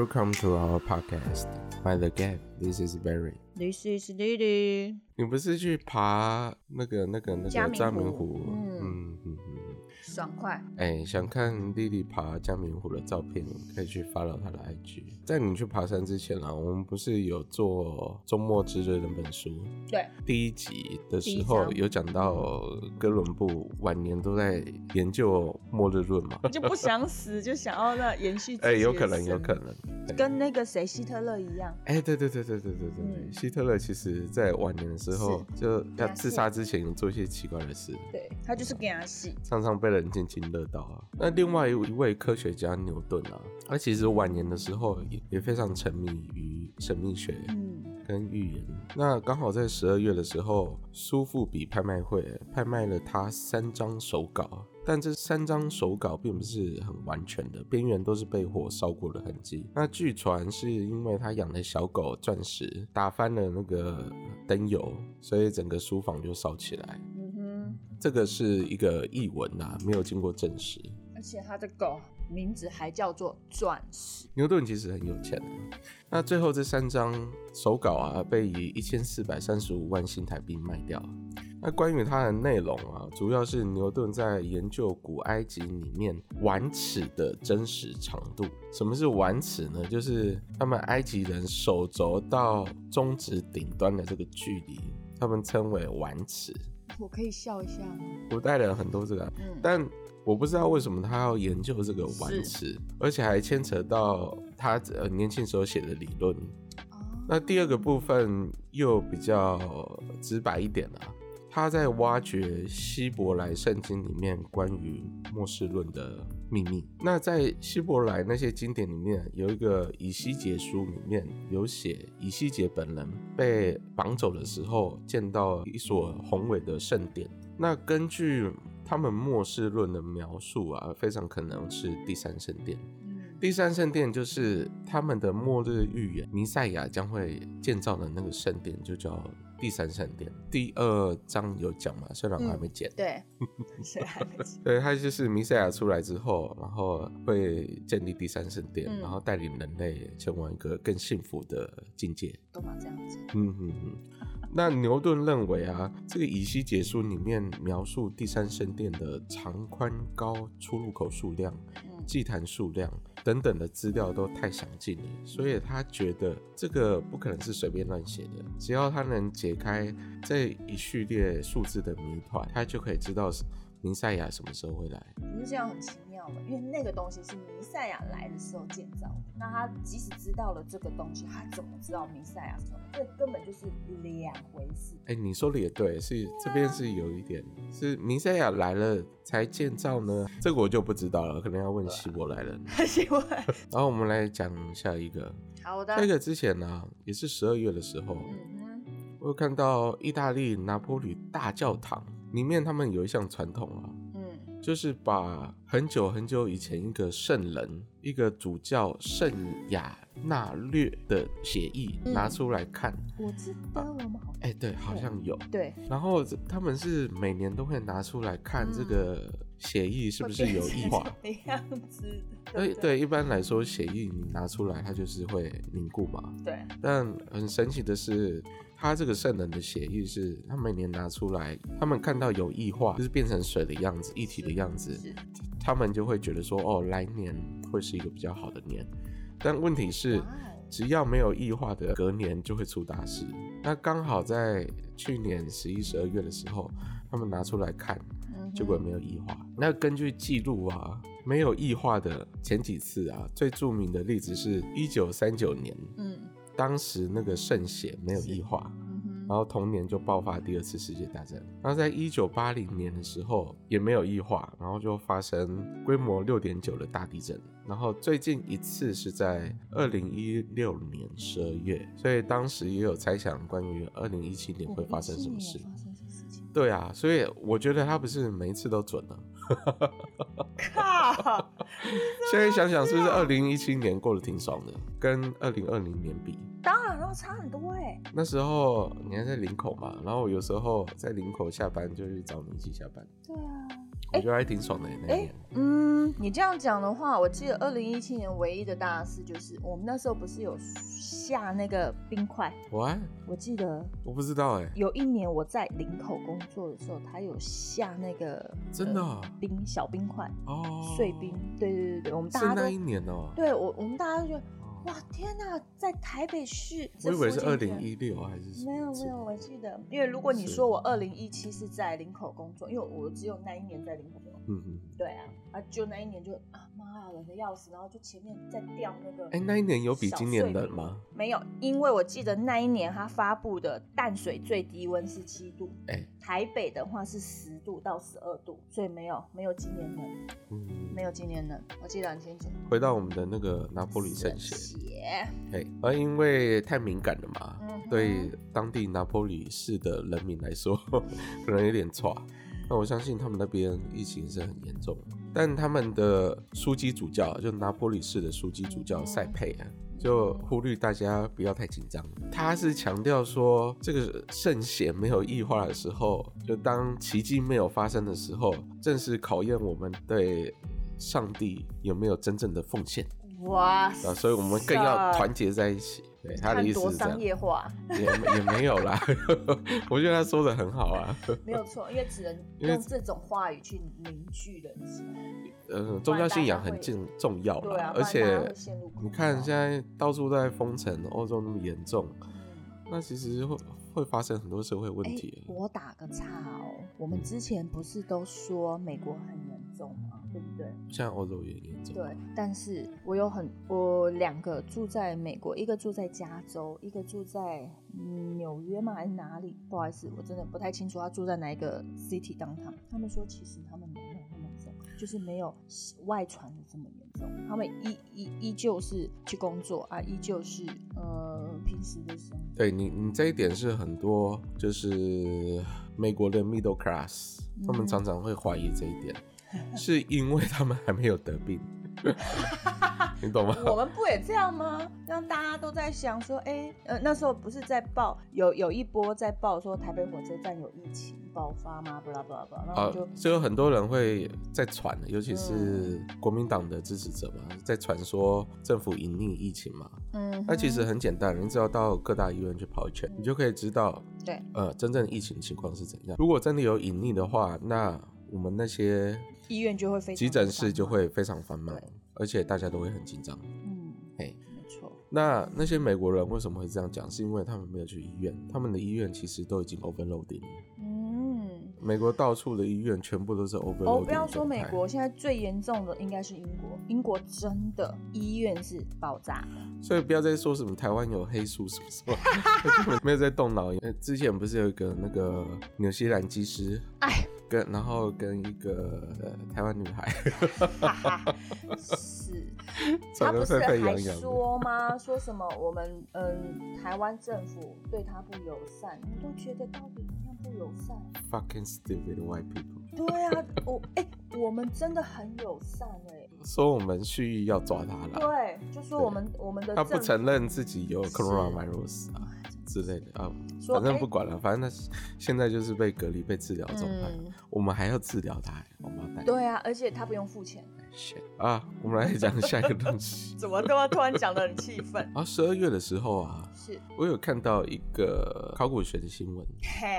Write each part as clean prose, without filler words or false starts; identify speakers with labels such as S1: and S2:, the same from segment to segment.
S1: Welcome to our podcast. By the gap, this is Barry.
S2: This is Lily.
S1: 你不是去爬那个嘉明湖？
S2: 爽快。
S1: 想看莉莉爬嘉明湖的照片，可以去 follow 她的 IG。在你去爬山之前啦，我们不是有做周末之日那本书？
S2: 对。
S1: 第一集的时候有讲到哥伦布晚年都在研究末日论嘛，
S2: 就不想死，就想要那延续自己的
S1: 有可能，
S2: 跟那个谁希特勒一样。
S1: 对，希特勒其实在晚年的时候就要自杀之前有做一些奇怪的事，
S2: 对，他就是给他死，
S1: 常常被人津津乐道啊。那另外一位科学家牛顿啊，他其实晚年的时候也非常沉迷于神秘学跟预言。那刚好在12月的时候，苏富比拍卖会拍卖了他3张手稿，但这3张手稿并不是很完全的，边缘都是被火烧过的痕迹。那据传是因为他养的小狗钻石打翻了那个灯油，所以整个书房就烧起来。这个是一个译文啊，没有经过证实。
S2: 而且他的狗名字还叫做钻石。
S1: 牛顿其实很有钱。那最后这3张手稿啊，被以1435万新台币卖掉。那关于它的内容啊，主要是牛顿在研究古埃及里面碗尺的真实长度。什么是碗尺呢？就是他们埃及人手肘到中指顶端的这个距离，他们称为碗尺。
S2: 我可以笑一下吗？
S1: 古代人很多这个，但我不知道为什么他要研究这个碗尺，而且还牵扯到他年轻时候写的理论。那第二个部分又比较直白一点啊，他在挖掘希伯来圣经里面关于末世论的秘密。那在希伯来那些经典里面，有一个以西结书里面有写以西结本人被绑走的时候见到一所宏伟的圣殿。那根据他们末世论的描述啊，非常可能是第3圣殿。第3圣殿就是他们的末日预言，弥赛亚将会建造的那个圣殿，就叫第3圣殿。第2章有讲嘛，虽然我还没剪。
S2: 对，虽然还没剪。
S1: 对，他就是弥赛亚出来之后，然后会建立第3圣殿，然后带领人类前往一个更幸福的境界。
S2: 干嘛这样子？
S1: 那牛顿认为啊，这个以西结书里面描述第3圣殿的长宽高、出入口数量、祭坛数量等等的资料都太详尽了，所以他觉得这个不可能是随便乱写的。只要他能解开这一系列数字的谜团，他就可以知道弥赛亚什么时候会来。
S2: 可是这样很奇妙的，因为那个东西是弥赛亚来的时候建造的。那他即使知道了这个东西，他怎么知道弥赛亚什么？这根本就是2回事。你说的也对，是这边是有一点，是弥赛亚来了才建造呢？这个我就不知道了，可能要问希伯来人。 希伯来。
S1: 然后我们来讲下一个。
S2: 好的。
S1: 这个之前呢，也是12月的时候，我有看到意大利拿坡里大教堂里面，他们有一项传统啊，就是把很久很久以前一个圣人，一个主教圣亚纳略的血议拿出来看。
S2: 我知道我们好像
S1: 对，好像有。
S2: 对，
S1: 然后他们是每年都会拿出来看这个血议是不是有异化
S2: 的样子。
S1: 对，一般来说血议你拿出来它就是会凝固嘛。
S2: 对。
S1: 但很神奇的是，他这个圣人的血议是他每年拿出来，他们看到有异化，就是变成水的样子、液体的样子，他们就会觉得说来年会是一个比较好的年。但问题是，只要没有异化的，隔年就会出大事。那刚好在去年11、12月的时候，他们拿出来看，结果没有异化。那根据记录啊，没有异化的前几次啊，最著名的例子是1939年，当时那个圣血没有异化，然后同年就爆发第2次世界大战。然后在1980年的时候也没有异化，然后就发生规模6.9的大地震。然后最近一次是在2016年12月，所以当时也有猜想关于2017年会发生什么事。对啊，所以我觉得他不是每一次都准了。
S2: 靠！
S1: 现在想想是不是2017年过得挺爽的，跟2020年比？
S2: 当然了，差很多
S1: 那时候你还在林口嘛，然后有时候在林口下班就去找你一起下班。
S2: 对啊。
S1: 我觉得还挺爽的那一年。
S2: 你这样讲的话，我记得2017年唯一的大事就是我们那时候不是有下那个冰块。我记得
S1: 我不知道
S2: 有一年我在林口工作的时候，他有下那个
S1: 真的
S2: 小冰块碎冰。对，我们大家都
S1: 是那一年
S2: 对，我们大家都觉得哇天哪，在台北市，
S1: 我以为是2016还是
S2: 没有，我记得，因为如果你说我2017是在林口工作，因为我只有那一年在林口工作。对啊，就那一年就妈呀，冷得要死，然后就前面在吊那个。
S1: 那一年有比今年冷吗？
S2: 没有，因为我记得那一年他发布的淡水最低温是7度，台北的话是10度到12度，所以没有今年冷，没有今年冷，我记得很清楚。
S1: 回到我们的那个拿坡里圣血，因为太敏感了嘛，对当地拿坡里市的人民来说，可能有点差。那我相信他们那边疫情是很严重，但他们的枢机主教，就拿坡里市的枢机主教塞佩就呼吁大家不要太紧张。他是强调说，这个圣血没有异化的时候，就当奇迹没有发生的时候，正是考验我们对上帝有没有真正的奉献。
S2: 哇，
S1: 所以我们更要团结在一起。对，他的意思是这样。
S2: 商业化
S1: 也没有啦，我觉得他说的很好啊，
S2: 没有错，因为只能用这种话语去凝聚人心。
S1: 宗教信仰很重要啦，而且你看现在到处都在封城，欧洲那么严重，那其实会发生很多社会问题。
S2: 我打个岔我们之前不是都说美国很严重吗？对不对？
S1: 现在欧洲也严重。
S2: 对，但是我2个住在美国，一个住在加州，一个住在纽约吗？还是哪里？不好意思，我真的不太清楚他住在哪一个 city downtown。他们说其实他们没有那么重，就是没有外传的这么严重。他们依旧是去工作依旧是平时的生活。
S1: 对你这一点是很多就是美国的 middle class，他们常常会怀疑这一点。是因为他们还没有得病，你懂吗？
S2: 我们不也这样吗？让大家都在想说，那时候不是在报有一波在报说台北火车站有疫情爆发吗？巴拉巴拉巴拉，然后
S1: 就有很多人会在传，尤其是国民党的支持者嘛，在传说政府隐匿疫情嘛。那其实很简单，你只要到各大医院去跑一圈，你就可以知道，
S2: 对，
S1: 真正疫情情况是怎样。如果真的有隐匿的话，那我们那些
S2: 医院就会非常
S1: 急诊室就会非常繁忙，而且大家都会很紧张。
S2: 没错。
S1: 那些美国人为什么会这样讲？是因为他们没有去医院，他们的医院其实都已经 overloading 了。美国到处的医院全部都是 overloading。
S2: 不要说美国，现在最严重的应该是英国。英国真的医院是爆炸的，
S1: 所以不要再说什么台湾有黑素什么，根本没有在动脑。之前不是有一个那个纽西兰机师，然后跟一个台湾女孩，
S2: 是，他不是还说吗？说什么我们台湾政府对他不友善，你都觉得到底怎样不友善
S1: ？Fucking stupid white people。
S2: 对啊，我们真的很友善
S1: 说我们蓄意要抓他了。
S2: 对，就说我们的
S1: 他不承认自己有 coronavirus 之类的反正不管了，反正他现在就是被隔离、被治疗状态，我们还要治疗他，王八蛋。
S2: 对啊，而且他不用付钱。
S1: 我们来讲下一个东西。
S2: 怎么都要突然讲得很气愤
S1: ？12月的时候是我有看到一个考古学的新闻。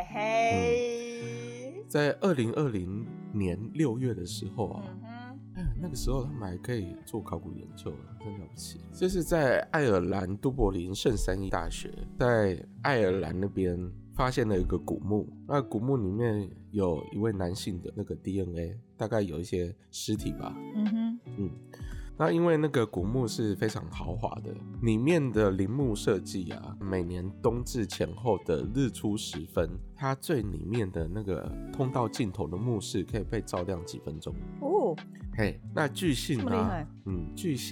S1: 在2020年6月的时候那个时候他们还可以做考古研究，真了不起。这是在爱尔兰都柏林圣三一大学，在爱尔兰那边发现了一个古墓，那古墓里面有一位男性的那个 DNA， 大概有一些尸体吧。那因为那个古墓是非常豪华的，里面的陵墓设计每年冬至前后的日出时分，它最里面的那个通道尽头的墓室可以被照亮几分钟。那据信据信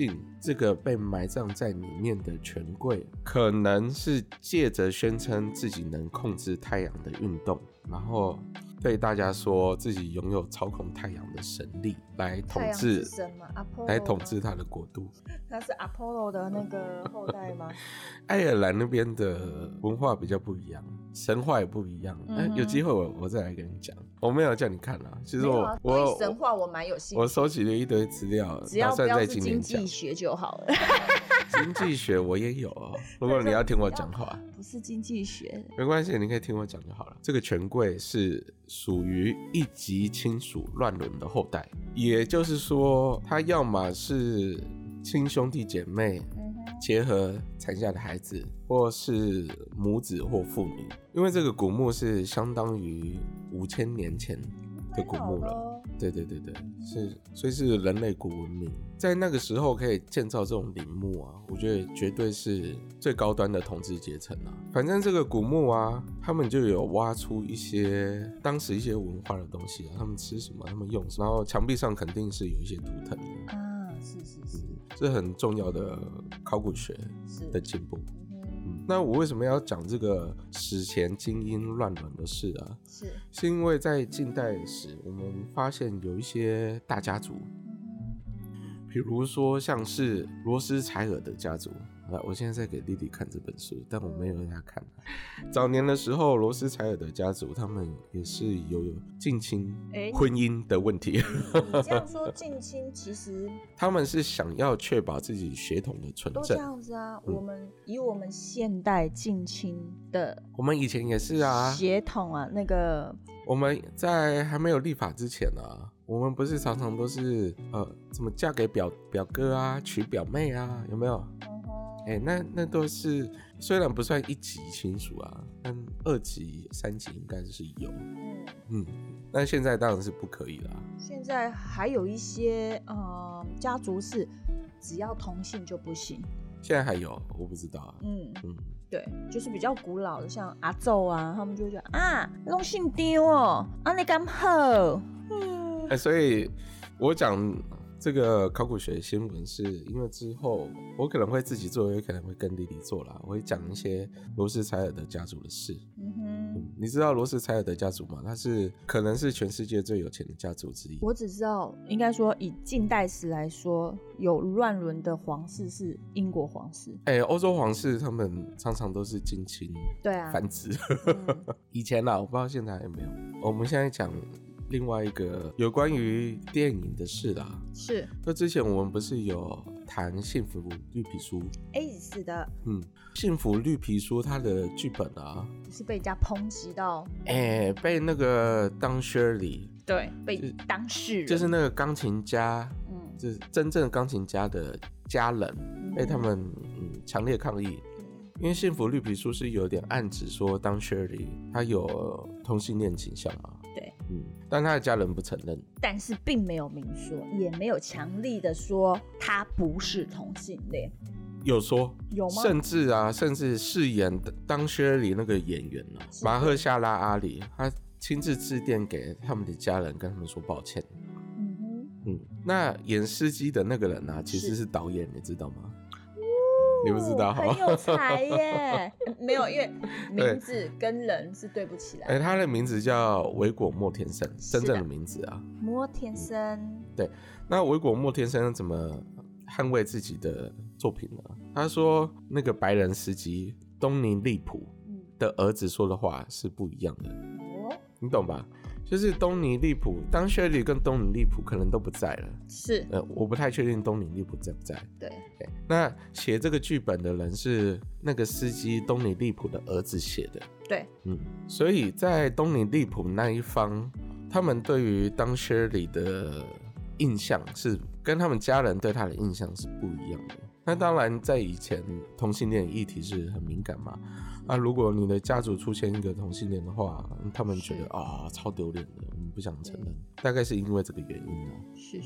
S1: 这个被埋葬在里面的权贵，可能是借着宣称自己能控制太阳的运动，然后对大家说自己拥有操控太阳的神力，来统治他的国度。
S2: 他是 Apollo 的那个后代吗？
S1: 爱尔兰那边的文化比较不一样，神话也不一样。有机会我再来跟你讲。我没有叫你看啦，其实我
S2: 对神话我蛮有兴趣。
S1: 我收集了一堆资料，
S2: 只要
S1: 不要是
S2: 经济学就好了。
S1: 经济学我也有哦，如果你要听我讲话。
S2: 不是经济学，
S1: 没关系，你可以听我讲就好了。这个权贵是属于一级亲属乱伦的后代，也就是说，他要么是亲兄弟姐妹结合产下的孩子，或是母子或父女，因为这个古墓是相当于5000年前的古墓了。对，所以是人类古文明，在那个时候可以建造这种陵墓啊，我觉得绝对是最高端的统治阶层啊。反正这个古墓啊，他们就有挖出一些当时一些文化的东西啊，他们吃什么，他们用什么，然后墙壁上肯定是有一些图腾的
S2: 啊，是，
S1: 这很重要的考古学的进步。那我为什么要讲这个史前精英乱伦的事啊？是因为在近代史，我们发现有一些大家族，比如说像是罗斯柴尔德家族。我现在在给弟弟看这本书，但我没有让他看。早年的时候，罗斯柴尔德家族他们也是有近亲婚姻的问题。
S2: 你这样说近亲，其实
S1: 他们是想要确保自己血统的纯正，
S2: 都这样子啊。以我们现代近亲的，
S1: 我们以前也是啊，
S2: 血统啊，那个
S1: 我们在还没有立法之前啊，我们不是常常都是怎么嫁给表哥啊，娶表妹啊，有没有？那都是虽然不算一级亲属啊，但2级、3级应该是有。但现在当然是不可以啦。
S2: 现在还有一些家族是只要同姓就不行。
S1: 现在还有，我不知道啊。
S2: 对，就是比较古老的，像阿祖啊，他们就会觉得啊，弄姓丢哦，啊你敢好？
S1: 所以我讲这个考古学新闻是因为之后我可能会自己做，也可能会跟弟弟做啦。我会讲一些罗斯柴尔德家族的事。你知道罗斯柴尔德家族吗？他是可能是全世界最有钱的家族之一。
S2: 我只知道，应该说以近代史来说，有乱伦的皇室是英国皇室。
S1: 欧洲皇室他们常常都是近亲繁殖。以前啦，我不知道现在有没有。我们现在讲另外一个有关于电影的事啦。
S2: 是，
S1: 那之前我们不是有谈《幸福绿皮书》？
S2: 是的。
S1: 《幸福绿皮书》它的剧本啊，
S2: 是被人家抨击到，
S1: 被那个当薛里，
S2: 对，被当事人，
S1: 就是那个钢琴家，就是真正钢琴家的家人，被他们强烈抗议。因为《幸福绿皮书》是有点暗指说，当薛里他有同性恋倾向啊。
S2: 对，
S1: 但他的家人不承认，
S2: 但是并没有明说，也没有强力的说他不是同性恋。
S1: 有说，
S2: 有吗？
S1: 甚至饰演当薛里那个演员马赫夏拉阿里，他亲自致电给他们的家人，跟他们说抱歉。那演司机的那个人啊，其实是导演，你知道吗？你不知道，
S2: 很有才耶。没有，因为名字跟人是对不起来。
S1: 他的名字叫维果莫天森，真正的名字啊，
S2: 莫天森。
S1: 对，那维果莫天森怎么捍卫自己的作品呢？他说，那个白人司机东尼利普的儿子说的话是不一样的。你懂吧？就是东尼利普，当薛里跟东尼利普可能都不在了。
S2: 是，
S1: 我不太确定东尼利普在不在。
S2: 对，
S1: 那写这个剧本的人是那个司机东尼利普的儿子写的。
S2: 对，
S1: 所以在东尼利普那一方，他们对于当薛里的印象是跟他们家人对他的印象是不一样的。那当然，在以前同性恋议题是很敏感嘛。如果你的家族出现一个同性恋的话，他们觉得超丢脸的，我们不想承认，大概是因为这个原因啊。
S2: 是，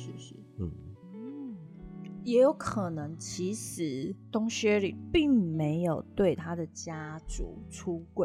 S2: 也有可能，其实东薛里并没有对他的家族出柜。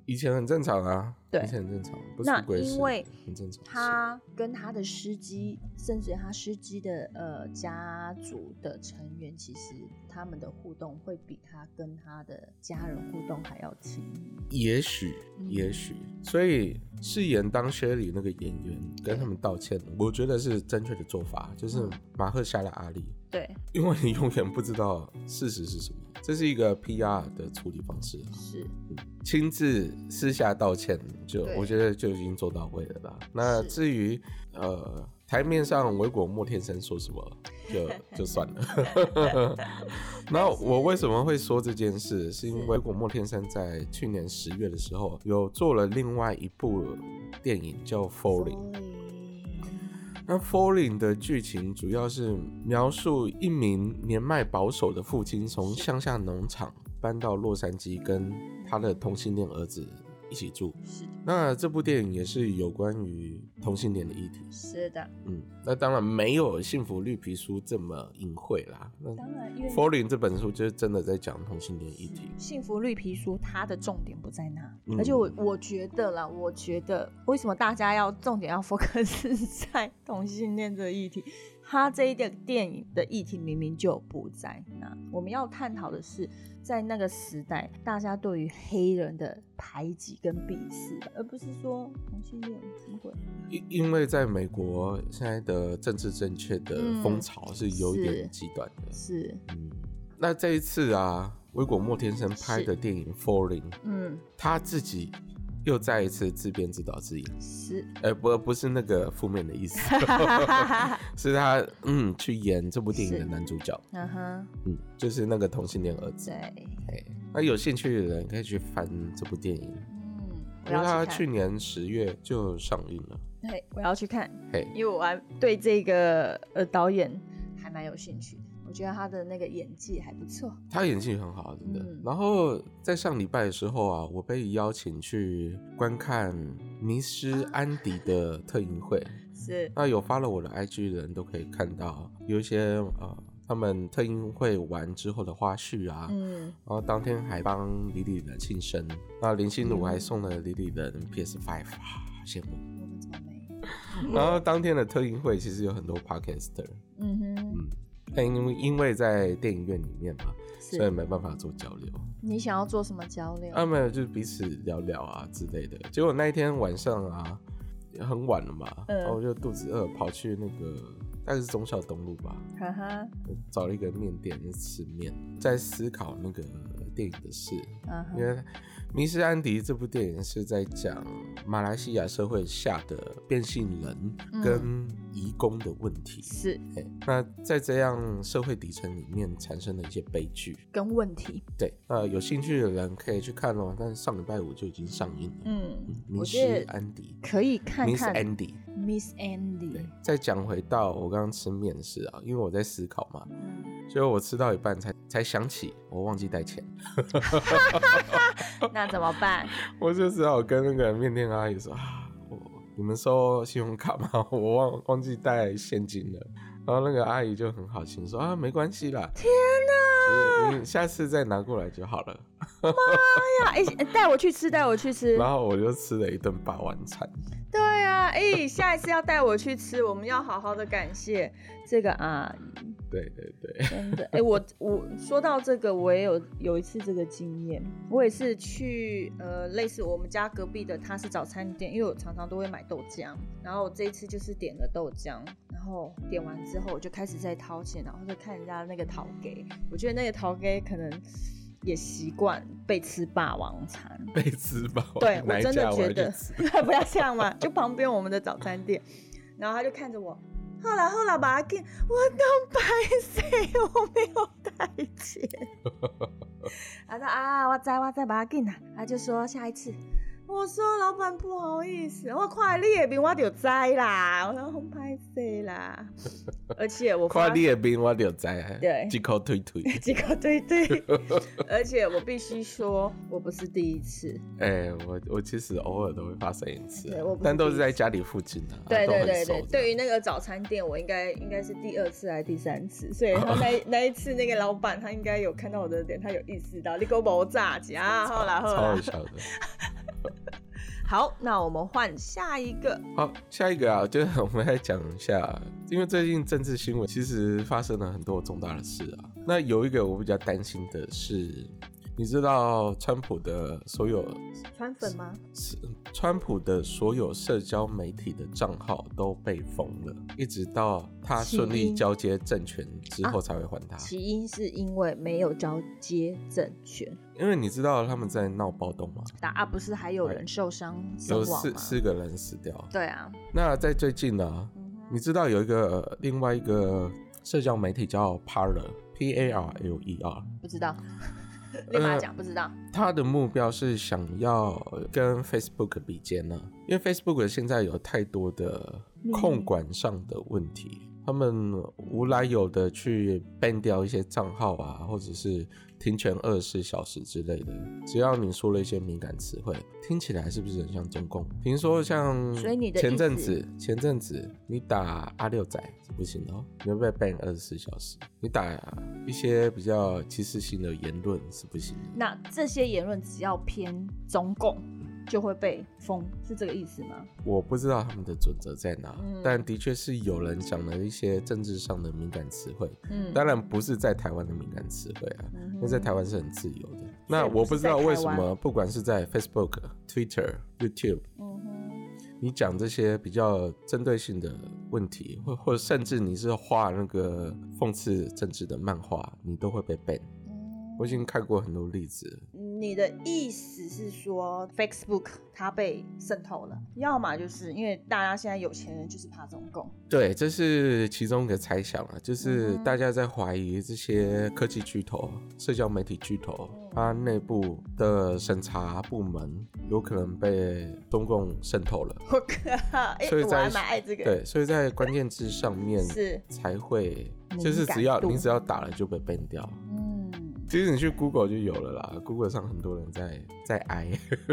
S1: 以前很正常啊，
S2: 对，
S1: 以前很正常，不出轨是很正常。
S2: 他跟他的司机，甚至他司机的家族的成员，其实他们的互动会比他跟他的家人互动还要亲密。也许，所以饰演当薛里那个演员跟他们道歉，我觉得是正确的做法，就是马赫夏拉阿里。 对，
S1: 因为你永远不知道事实是什么，这是一个 PR 的处理方式。
S2: 是，
S1: 亲自私下道歉，我觉得就已经做到位了啦。那至于台面上维果莫天生说什么，就算了。那我为什么会说这件事？是因为维果莫天生在去年10月的时候有做了另外一部电影叫《Falling》。那《Falling》的剧情主要是描述一名年迈保守的父亲从乡下农场搬到洛杉矶，跟他的同性恋儿子一起住。
S2: 是的。
S1: 那这部电影也是有关于同性恋的议题。
S2: 是的。
S1: 那当然没有《幸福绿皮书》这么隐晦啦。
S2: 当然，因为《
S1: Falling》这本书就是真的在讲同性恋议题。
S2: 《幸福绿皮书》它的重点不在那，而且我觉得啦，为什么大家要重点要 focus 在同性恋这个议题？它这一个电影的议题明明就不在那。我们要探讨的是，在那个时代，大家对于黑人的排挤跟鄙视，而不是说同性恋怎么会？
S1: 因为在美国现在的政治正确的风潮是有一点极端的。
S2: 是。
S1: 那这一次啊，维果莫天生拍的电影《Falling》，他自己又再一次自编自导自演。是，不是那个负面的意思，是他去演这部电影的男主角。就是那个同性恋儿子。对。那有兴趣的人可以去翻这部电影。因为他去年10月就上映了。
S2: 对，我要去看。因为我还对这个导演还蛮有兴趣的。我觉得他的那个演技还不错，
S1: 他演技很好，真的。然后在上礼拜的时候啊，我被邀请去观看迷失安迪的特映会。
S2: 是。
S1: 那有follow我的 IG 的人都可以看到有一些他们特映会完之后的花絮啊。然后当天还帮李李仁庆生，那林心如还送了李李仁 PS5， 羡慕。
S2: 我们怎么没？
S1: 然后当天的特映会其实有很多 podcaster。因为在电影院里面嘛，所以没办法做交流。
S2: 你想要做什么交流？
S1: 没有，就是彼此聊聊啊之类的。结果那一天晚上啊，很晚了嘛，然后我就肚子饿，跑去那个大概是忠孝东路吧，找了一个面店吃面，在思考那个电影的事。因为《迷失安迪》这部电影是在讲马来西亚社会下的变性人跟移工的问题。
S2: 是。
S1: 那在这样社会底层里面产生了一些悲剧
S2: 跟问题。
S1: 对。有兴趣的人可以去看哦，但是上礼拜5就已经上映了。迷失安迪
S2: 可以看看。
S1: Miss Andy。对。再讲回到我刚刚吃面的事啊，因为我在思考嘛，结果我吃到一半才想起我忘记带钱。
S2: 那怎么办？
S1: 我就只好跟那个面店阿姨说你们收信用卡吗？我忘记带现金了。然后那个阿姨就很好心说没关系啦。
S2: 天哪！
S1: 你下次再拿过来就好了。
S2: 妈呀！带我去吃。
S1: 然后我就吃了一顿霸王餐。
S2: 对啊，下一次要带我去吃，我们要好好的感谢这个阿姨。
S1: 对，
S2: 真的。我说到这个，我也有一次这个经验。我也是去类似我们家隔壁的，它是早餐店，因为我常常都会买豆浆，然后我这一次就是点了豆浆，然后点完之后我就开始在掏钱，然后就看人家那个讨给，我觉得那个讨给可能也习惯被吃霸王餐。
S1: 被吃霸王？
S2: 对，我真的觉得不要这样嘛，就旁边我们的早餐店，然后他就看着我。后来把它给我当白水，我没有带钱。他说我再把它给他，他就说下一次。我说老板不好意思，我看你的面我就知啦，我说很拍摄啦。而且我
S1: 看你的面我就知，
S2: 对，
S1: 一口推推，
S2: 一口推推。而且我必须说，我不是第一次。
S1: 我其实偶尔都会发生一次，但都是在家里附近啊。
S2: 对。对于那个早餐店，我应该是第2次还是第3次，所以他那一次那个老板他应该有看到我的脸，他有意识到你给我没炸价，好啦。
S1: 超好笑的。
S2: 好，那我们换下一个。
S1: 好，下一个啊，就是我们来讲一下，因为最近政治新闻其实发生了很多重大的事啊。那有一个我比较担心的是，你知道川普的所有
S2: 川粉吗？
S1: 川普的所有社交媒体的账号都被封了，一直到他顺利交接政权之后才会还他。
S2: 起因是因为没有交接政权，
S1: 因为你知道他们在闹暴动吗？
S2: 不是还有人受伤身亡吗？
S1: 有4个人死掉。
S2: 对啊。
S1: 那在最近呢，你知道有另外一个社交媒体叫 Parler，P-A-R-L-E-R，
S2: 不知道。立马讲不知道。
S1: 他的目标是想要跟 Facebook 比肩呢，因为 Facebook 现在有太多的控管上的问题，他们无来由的去 ban 掉一些账号啊，或者是停权24小时之类的，只要你说了一些敏感词汇，听起来是不是很像中共？比如说像前阵子你打阿六仔是不行的哦，你会被 ban 24小时。你打一些比较歧视性的言论是不行的。
S2: 那这些言论只要偏中共就会被封，是这个意思吗？我
S1: 不知道他们的准则在哪，但的确是有人讲了一些政治上的敏感词汇，当然不是在台湾的敏感词汇啊，因为在台湾是很自由的。那我不知道为什么，不管是在 Facebook、Twitter、YouTube，你讲这些比较针对性的问题，或者甚至你是画那个讽刺政治的漫画，你都会被 ban。我已经看过很多例子了。
S2: 你的意思是说 Facebook 它被渗透了，要么就是因为大家现在有钱人就是怕中共。
S1: 对，这是其中一个猜想啊，就是大家在怀疑这些科技巨头、社交媒体巨头，它内部的审查部门有可能被中共渗透了。
S2: 我靠，所以我还蛮爱这个。
S1: 对，所以在关键字上面才会，就是只要打了就被 ban 掉。其实你去 Google 就有了啦 ，Google 上很多人在挨，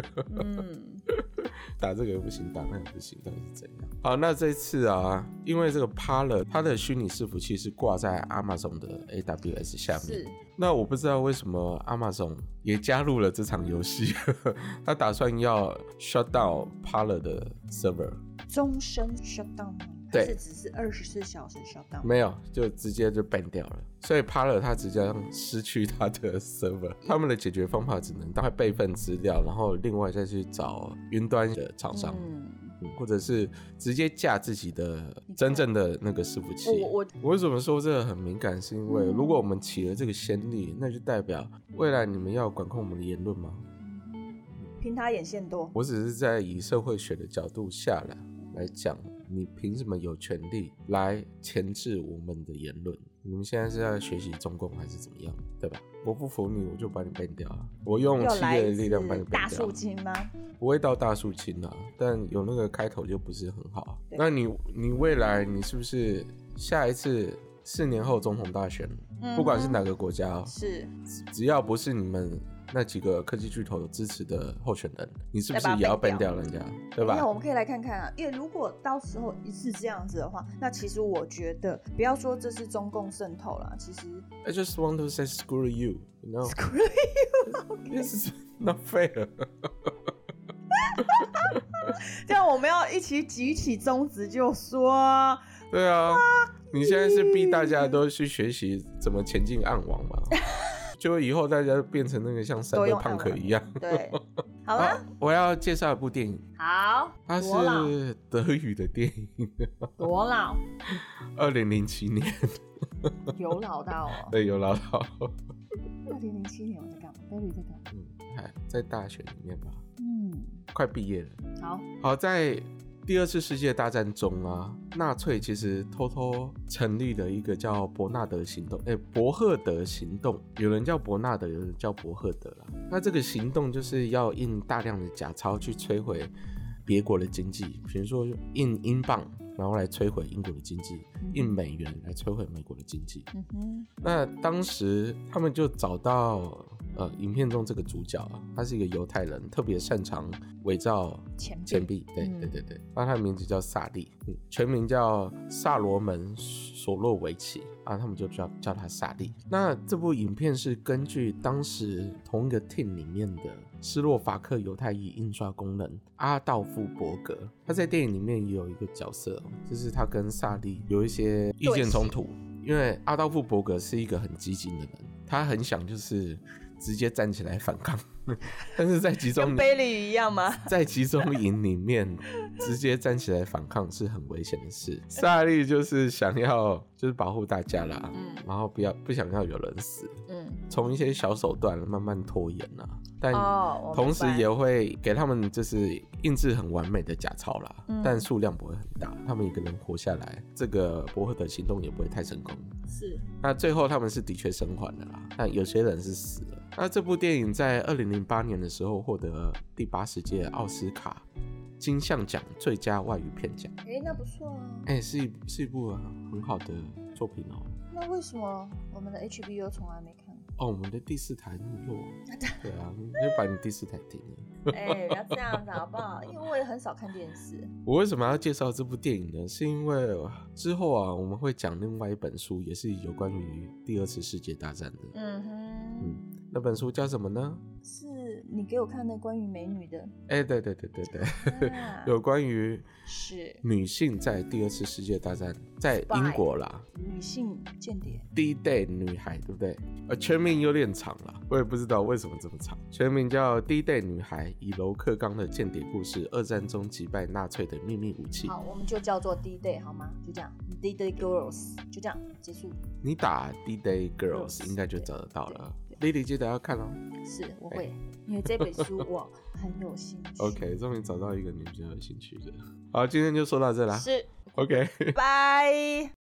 S1: 打这个不行，打那个不行，到底是怎样？好，那这次啊，因为这个 Parler 它的虚拟伺服器是挂在 Amazon 的 AWS 下面，那我不知道为什么 Amazon 也加入了这场游戏，他打算要 shut down Parler 的 server，
S2: 终身 shut down 吗？对，还是只是24小时 shut down？
S1: 没有，就直接就 ban 掉了。所以 Parler 它直接失去它的 server， 他们的解决方法只能赶快备份资料，然后另外再去找云端的厂商，或者是直接架自己的真正的那个伺服器。我为什么说这个很敏感？是因为如果我们起了这个先例，那就代表未来你们要管控我们的言论吗？
S2: 凭他眼线多。我
S1: 只是在以社会学的角度下来讲。你凭什么有权利来钳制我们的言论？你们现在是在学习中共还是怎么样，对吧？我不服你，我就把你 ban 掉啊！我用企业的力量把你 ban 掉。
S2: 大肃清吗？
S1: 不会到大肃清啊，但有那个开头就不是很好。那你未来你是不是下一次4年后总统大选，不管是哪个国家，只要不是你们那几个科技巨头支持的候选人，你是不是也要 ban 掉人家，对吧？
S2: 那我们可以来看看啊，因为如果到时候是这样子的话，那其实我觉得不要说这是中共渗透啦，其实
S1: I just want to say screw you, you know?
S2: Screw you, okay.
S1: This is not fair.
S2: 这样我们要一起举起中指就说，
S1: 对啊，你现在是逼大家都去学习怎么前进暗网嘛？就以后大家变成那个像Cyberpunk一样。
S2: 对，好了，
S1: 我要介绍一部电影。
S2: 好，
S1: 它是德语的电影。
S2: 多老
S1: ？2007年。
S2: 有老到哦。
S1: 对，有老到。
S2: 2007年我在干嘛？德语在干嘛？
S1: 在大学里面吧。快毕业了。好，在第2次世界大战中啊，纳粹其实偷偷成立了一个叫伯纳德行动，伯赫德行动，有人叫伯纳德，有人叫伯赫德啦。那这个行动就是要印大量的假钞去摧毁别国的经济，比如说印英镑，然后来摧毁英国的经济，印美元来摧毁美国的经济。那当时他们就找到影片中这个主角啊，他是一个犹太人，特别擅长伪造钱币。对，那他的名字叫萨利，全名叫萨罗门·索洛维奇。 啊，他们就叫他萨利。那这部影片是根据当时同一个 team 里面的斯洛伐克犹太裔印刷工人阿道夫伯格，他在电影里面也有一个角色，就是他跟萨利有一些意见冲突，因为阿道夫伯格是一个很激进的人，他很想就是直接站起来反抗，但是在集中
S2: 跟贝利一样吗？
S1: 在集中营里面直接站起来反抗是很危险的事。萨利就是想要就是保护大家啦，然后不想要有人死，从一些小手段慢慢拖延啦，但同时也会给他们就是印制很完美的假钞啦，但数量不会很大，他们一个人活下来，这个伯赫的行动也不会太成功。
S2: 是，
S1: 那最后他们是的确生还了啦，但有些人是死了。那这部电影在2008年的时候获得第80届奥斯卡金像奖最佳外语片奖。
S2: 那不错啊。
S1: 是一部很好的作品哦。
S2: 那为什么我们的 HBO 从来没看？
S1: 我们的第4台那么弱。对啊，你就把你第4台停了。
S2: 不要这样子好不好？因为我也很少看电视。
S1: 我为什么要介绍这部电影呢？是因为之后我们会讲另外一本书，也是有关于第2次世界大战的。那本书叫什么呢？
S2: 是你给我看的关于美女的。
S1: 对，有关于女性在第2次世界大战在英国啦，
S2: 女性间谍
S1: D-Day 女孩，对不对？全名有点长啦，我也不知道为什么这么长。全名叫 D-Day 女孩，以柔克刚的间谍故事，2战中击败纳粹的秘密武器。
S2: 好，我们就叫做 D-Day 好吗？就这样 ，D-Day Girls 就这样结束。
S1: 你打 D-Day Girls 应该就找得到了。Lily 记得要看哦。
S2: 是，我会，因为这本书我很有兴趣。
S1: OK， 终于找到一个你比较有兴趣的。好，今天就说到这啦。
S2: 是
S1: OK，
S2: 拜。